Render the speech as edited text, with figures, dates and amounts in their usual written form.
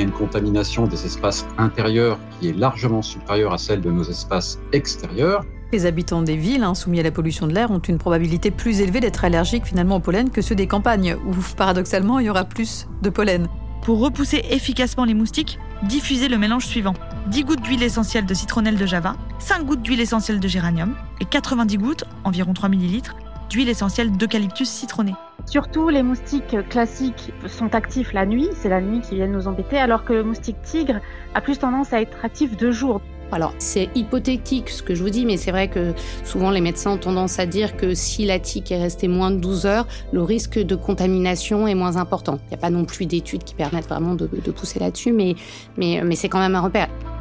une contamination des espaces intérieurs qui est largement supérieure à celle de nos espaces extérieurs. Les habitants des villes, soumis à la pollution de l'air, ont une probabilité plus élevée d'être allergiques finalement au pollen que ceux des campagnes, où paradoxalement il y aura plus de pollen. Pour repousser efficacement les moustiques, diffusez le mélange suivant. 10 gouttes d'huile essentielle de citronnelle de Java, 5 gouttes d'huile essentielle de géranium et 90 gouttes, environ 3 ml, d'huile essentielle d'eucalyptus citronné. Surtout, les moustiques classiques sont actifs la nuit, c'est la nuit qui vient nous embêter, alors que le moustique tigre a plus tendance à être actif de jour. Alors, c'est hypothétique ce que je vous dis, mais c'est vrai que souvent les médecins ont tendance à dire que si la tique est restée moins de 12 heures, le risque de contamination est moins important. Il n'y a pas non plus d'études qui permettent vraiment de pousser là-dessus, mais c'est quand même un repère.